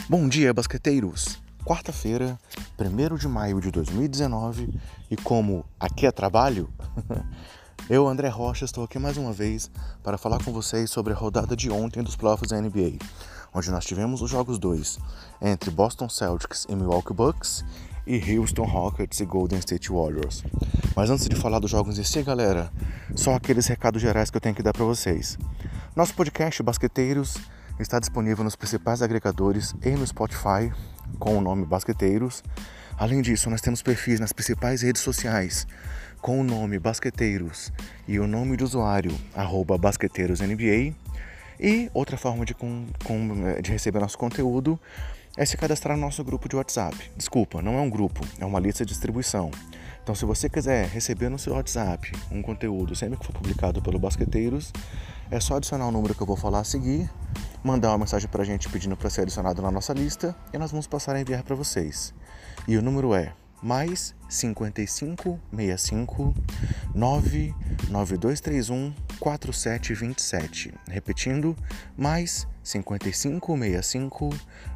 Bom dia, basqueteiros! Quarta-feira, 1º de maio de 2019, e como aqui é trabalho, eu, André Rocha, estou aqui mais uma vez para falar com vocês sobre a rodada de ontem dos playoffs da NBA, onde nós tivemos os jogos 2 entre Boston Celtics e Milwaukee Bucks e Houston Rockets e Golden State Warriors. Mas antes de falar dos jogos em si, galera, só aqueles recados gerais que eu tenho que dar para vocês. Nosso podcast Basqueteiros está disponível nos principais agregadores e no Spotify com o nome Basqueteiros. Além disso, nós temos perfis nas principais redes sociais com o nome Basqueteiros e o nome de usuário @BasqueteirosNBA. E outra forma de receber nosso conteúdo é se cadastrar no nosso grupo de WhatsApp. Desculpa, não é um grupo, é uma lista de distribuição. Então, se você quiser receber no seu WhatsApp um conteúdo sempre que for publicado pelo Basqueteiros, é só adicionar o número que eu vou falar a seguir, mandar uma mensagem pra gente pedindo para ser adicionado na nossa lista e nós vamos passar a enviar para vocês. E o número é mais 55 65 99231 4727. Repetindo, mais 55 65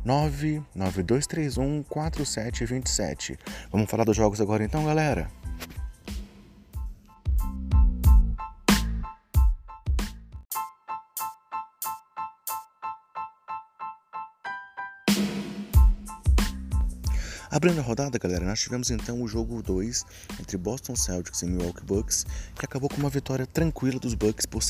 99231 4727. Vamos falar dos jogos agora então, galera? Abrindo a rodada, galera, nós tivemos então o jogo 2 entre Boston Celtics e Milwaukee Bucks, que acabou com uma vitória tranquila dos Bucks por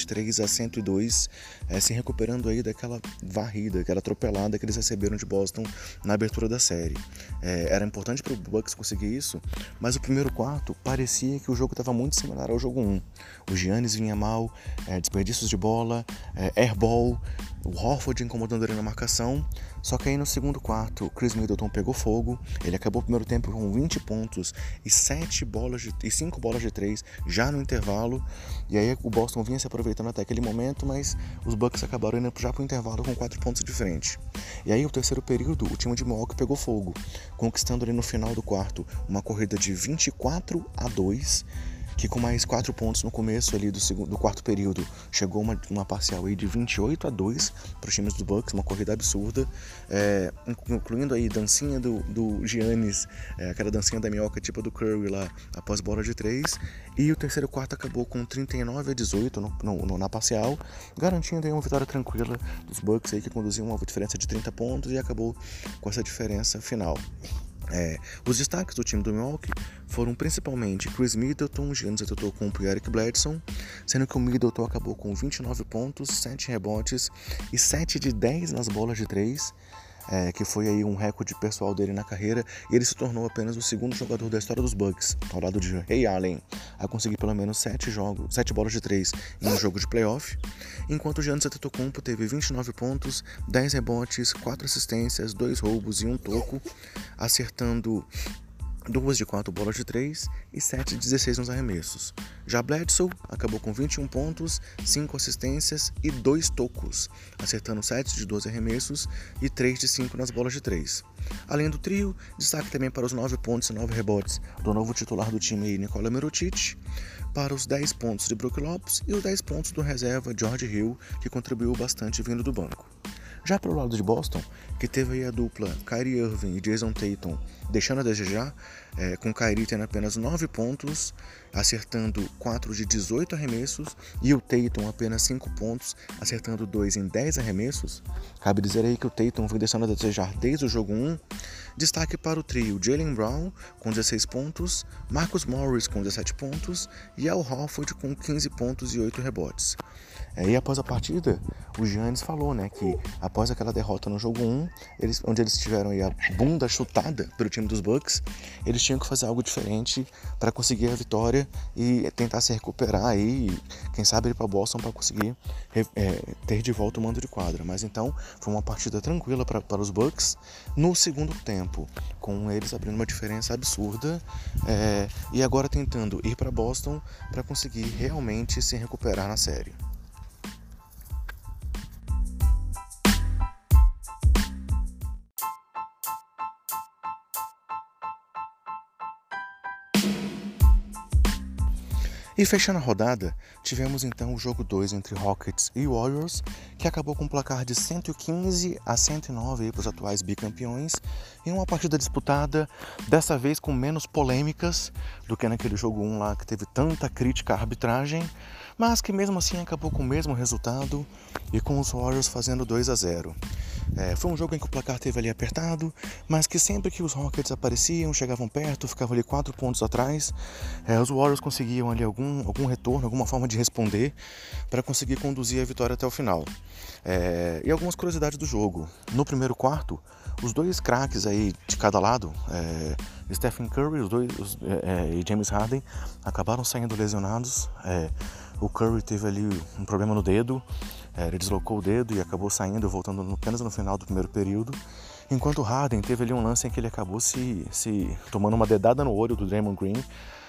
123-102, se recuperando aí daquela varrida, aquela atropelada que eles receberam de Boston na abertura da série. Era importante para o Bucks conseguir isso, mas o primeiro quarto parecia que o jogo estava muito similar ao jogo 1. O Giannis vinha mal, desperdícios de bola, airball, o Horford incomodando ele na marcação. Só que aí no segundo quarto, o Chris Middleton pegou fogo. Ele acabou o primeiro tempo com 20 pontos e 5 bolas de 3 já no intervalo. E aí o Boston vinha se aproveitando até aquele momento, mas os Bucks acabaram indo já para o intervalo com 4 pontos de frente. E aí o terceiro período, o time de Milwaukee pegou fogo, conquistando ali no final do quarto uma corrida de 24-2, que com mais 4 pontos no começo ali do quarto período, chegou uma parcial aí de 28-2 para os times do Bucks, uma corrida absurda, incluindo aí dancinha do Giannis, aquela dancinha da minhoca tipo do Curry lá, após bola de 3, e o terceiro quarto acabou com 39-18 na parcial, garantindo aí uma vitória tranquila dos Bucks aí, que conduziu uma diferença de 30 pontos e acabou com essa diferença final. Os destaques do time do Milwaukee foram principalmente Chris Middleton, Giannis Antetokounmpo e Eric Bledsoe, sendo que o Middleton acabou com 29 pontos, 7 rebotes e 7 de 10 nas bolas de 3, que foi aí um recorde pessoal dele na carreira, e ele se tornou apenas o segundo jogador da história dos Bucks, ao lado de Ray Allen, a conseguir pelo menos 7 bolas de 3 em um jogo de playoff, enquanto o Giannis Antetokounmpo teve 29 pontos, 10 rebotes, 4 assistências, 2 roubos e 1 toco, acertando 2 de 4 bolas de 3 e 7 de 16 nos arremessos. Já Bledsoe acabou com 21 pontos, 5 assistências e 2 tocos, acertando 7 de 12 arremessos e 3 de 5 nas bolas de 3. Além do trio, destaque também para os 9 pontos e 9 rebotes do novo titular do time, Nikola Mirotic, para os 10 pontos de Brook Lopes e os 10 pontos do reserva George Hill, que contribuiu bastante vindo do banco. Já pelo lado de Boston, que teve aí a dupla Kyrie Irving e Jason Tatum deixando a desejar, com Kyrie tendo apenas 9 pontos, acertando 4 de 18 arremessos, e o Tatum apenas 5 pontos, acertando 2 em 10 arremessos. Cabe dizer aí que o Tatum vem deixando a desejar desde o jogo 1. Destaque para o trio Jaylen Brown com 16 pontos, Marcus Morris com 17 pontos e Al Horford com 15 pontos e 8 rebotes. E após a partida, o Giannis falou, que após aquela derrota no jogo 1, onde eles tiveram aí a bunda chutada pelo time dos Bucks, eles tinham que fazer algo diferente para conseguir a vitória e tentar se recuperar aí, quem sabe ir para Boston para conseguir ter de volta o mando de quadra. Mas então foi uma partida tranquila para os Bucks no segundo tempo, com eles abrindo uma diferença absurda, e agora tentando ir para Boston para conseguir realmente se recuperar na série. E fechando a rodada, tivemos então o jogo 2 entre Rockets e Warriors, que acabou com um placar de 115-109 para os atuais bicampeões, em uma partida disputada, dessa vez com menos polêmicas do que naquele jogo 1 lá que teve tanta crítica à arbitragem, mas que mesmo assim acabou com o mesmo resultado e com os Warriors fazendo 2-0. Foi um jogo em que o placar teve ali apertado, mas que sempre que os Rockets apareciam, chegavam perto, ficavam ali 4 pontos atrás, os Warriors conseguiam ali algum retorno, alguma forma de responder para conseguir conduzir a vitória até o final. E algumas curiosidades do jogo. No primeiro quarto, os dois craques aí de cada lado, Stephen Curry e James Harden, acabaram saindo lesionados. O Curry teve ali um problema no dedo, ele deslocou o dedo e acabou saindo e voltando apenas no final do primeiro período, enquanto o Harden teve ali um lance em que ele acabou se tomando uma dedada no olho do Draymond Green,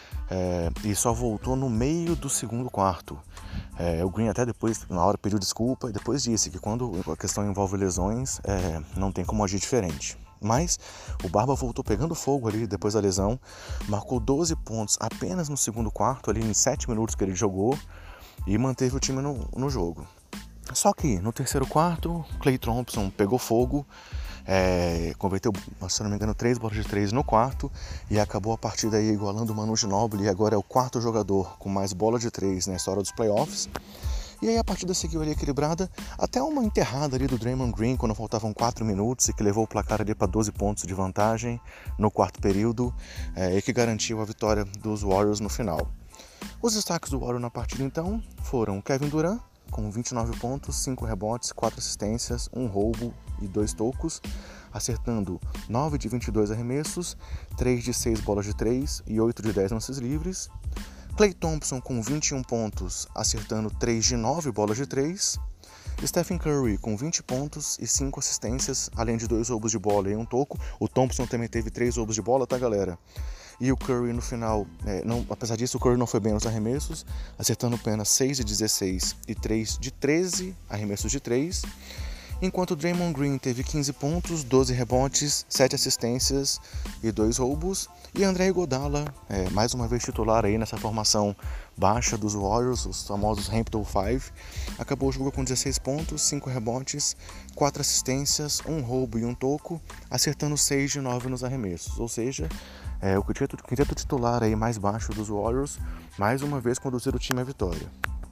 e só voltou no meio do segundo quarto. O Green até depois, na hora, pediu desculpa e depois disse que quando a questão envolve lesões, não tem como agir diferente. Mas o Barba voltou pegando fogo ali depois da lesão, marcou 12 pontos apenas no segundo quarto, ali em 7 minutos que ele jogou, e manteve o time no jogo. Só que no terceiro quarto, Klay Thompson pegou fogo, converteu, se não me engano, 3 bolas de 3 no quarto e acabou a partida aí igualando o Manu Ginóbili, e agora é o quarto jogador com mais bola de 3 na história dos playoffs. E aí a partida seguiu ali equilibrada, até uma enterrada ali do Draymond Green quando faltavam 4 minutos e que levou o placar ali para 12 pontos de vantagem no quarto período, e que garantiu a vitória dos Warriors no final. Os destaques do Warriors na partida então foram Kevin Durant, com 29 pontos, 5 rebotes, 4 assistências, 1 roubo e 2 tocos, acertando 9 de 22 arremessos, 3 de 6 bolas de 3 e 8 de 10 lances livres. Klay Thompson com 21 pontos, acertando 3 de 9 bolas de 3. Stephen Curry com 20 pontos e 5 assistências, além de 2 roubos de bola e 1 toco. O Thompson também teve 3 roubos de bola, tá, galera? E o Curry no final, apesar disso, o Curry não foi bem nos arremessos, acertando apenas 6 de 16 e 3 de 13 arremessos de 3. Enquanto o Draymond Green teve 15 pontos, 12 rebotes, 7 assistências e 2 roubos. E André Iguodala, mais uma vez titular aí nessa formação baixa dos Warriors, os famosos Hampton 5, acabou o jogo com 16 pontos, 5 rebotes, 4 assistências, 1 roubo e 1 toco, acertando 6 de 9 nos arremessos. Ou seja, o quinteto titular aí mais baixo dos Warriors, mais uma vez conduziram o time à vitória.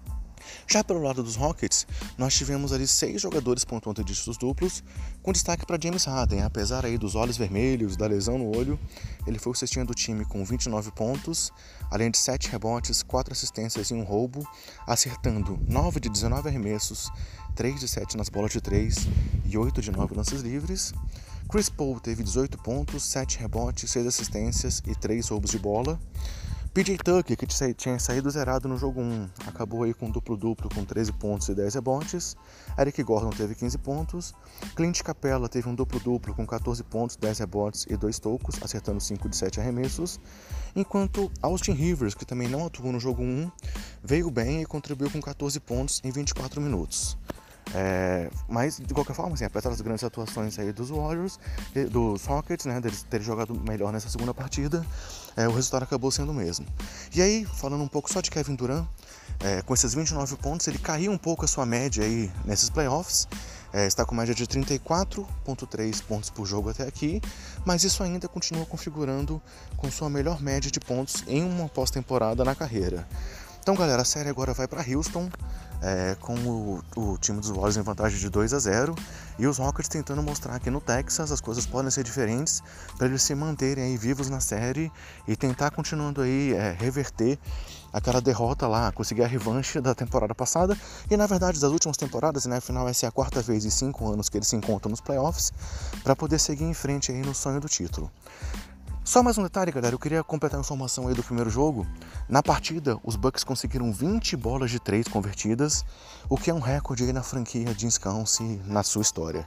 Já pelo lado dos Rockets, nós tivemos ali 6 jogadores pontuando dígitos duplos, com destaque para James Harden. Apesar aí dos olhos vermelhos, da lesão no olho, ele foi o cestinha do time com 29 pontos, além de 7 rebotes, 4 assistências e 1 roubo, acertando 9 de 19 arremessos, 3 de 7 nas bolas de 3 e 8 de 9 lances livres. Chris Paul teve 18 pontos, 7 rebotes, 6 assistências e 3 roubos de bola. PJ Tucker, que tinha saído zerado no jogo 1, acabou aí com duplo-duplo com 13 pontos e 10 rebotes. Eric Gordon teve 15 pontos. Clint Capela teve um duplo-duplo com 14 pontos, 10 rebotes e 2 tocos, acertando 5 de 7 arremessos. Enquanto Austin Rivers, que também não atuou no jogo 1, veio bem e contribuiu com 14 pontos em 24 minutos. Mas de qualquer forma, assim, apesar das grandes atuações aí dos Warriors, dos Rockets, né, deles terem jogado melhor nessa segunda partida, o resultado acabou sendo o mesmo. E aí, falando um pouco só de Kevin Durant, com esses 29 pontos, ele caiu um pouco a sua média aí nesses playoffs, está com média de 34,3 pontos por jogo até aqui, mas isso ainda continua configurando com sua melhor média de pontos em uma pós-temporada na carreira. Então, galera, a série agora vai para Houston, com o time dos Warriors em vantagem de 2-0 e os Rockets tentando mostrar que no Texas as coisas podem ser diferentes para eles se manterem aí vivos na série e tentar continuando aí reverter aquela derrota lá, conseguir a revanche da temporada passada e na verdade das últimas temporadas, né? Afinal essa é a 4ª vez em 5 anos que eles se encontram nos playoffs para poder seguir em frente aí no sonho do título. Só mais um detalhe, galera, eu queria completar a informação aí do primeiro jogo. Na partida, os Bucks conseguiram 20 bolas de 3 convertidas, o que é um recorde aí na franquia de Wisconsin na sua história.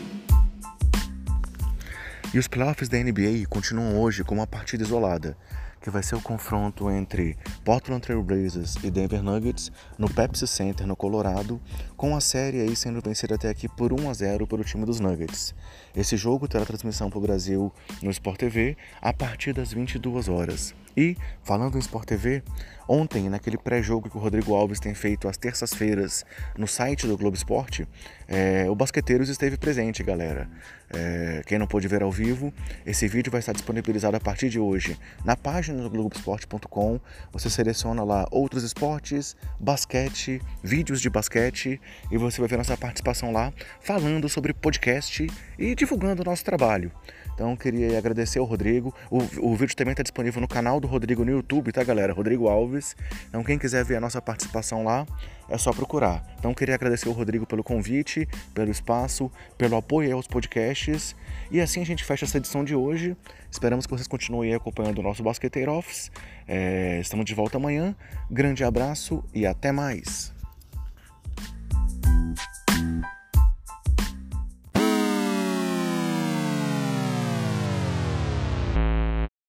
E os playoffs da NBA continuam hoje com uma partida isolada. que vai ser o confronto entre Portland Trail Blazers e Denver Nuggets no Pepsi Center, no Colorado, com a série aí sendo vencida até aqui por 1-0 pelo time dos Nuggets. Esse jogo terá transmissão para o Brasil no Sport TV a partir das 22 horas. E, falando em Sport TV, ontem, naquele pré-jogo que o Rodrigo Alves tem feito às terças-feiras no site do Globo Esporte, o Basqueteiros esteve presente, galera. Quem não pôde ver ao vivo, esse vídeo vai estar disponibilizado a partir de hoje na página do Globoesporte.com. Você seleciona lá outros esportes, basquete, vídeos de basquete, e você vai ver nossa participação lá, falando sobre podcast e divulgando o nosso trabalho. Então, queria agradecer ao Rodrigo. O vídeo também está disponível no canal do Rodrigo no YouTube, tá, galera? Rodrigo Alves. Então, quem quiser ver a nossa participação lá, é só procurar. Então, queria agradecer ao Rodrigo pelo convite, pelo espaço, pelo apoio aos podcasts. E assim a gente fecha essa edição de hoje. Esperamos que vocês continuem acompanhando o nosso Basqueteiro Office. Estamos de volta amanhã. Grande abraço e até mais!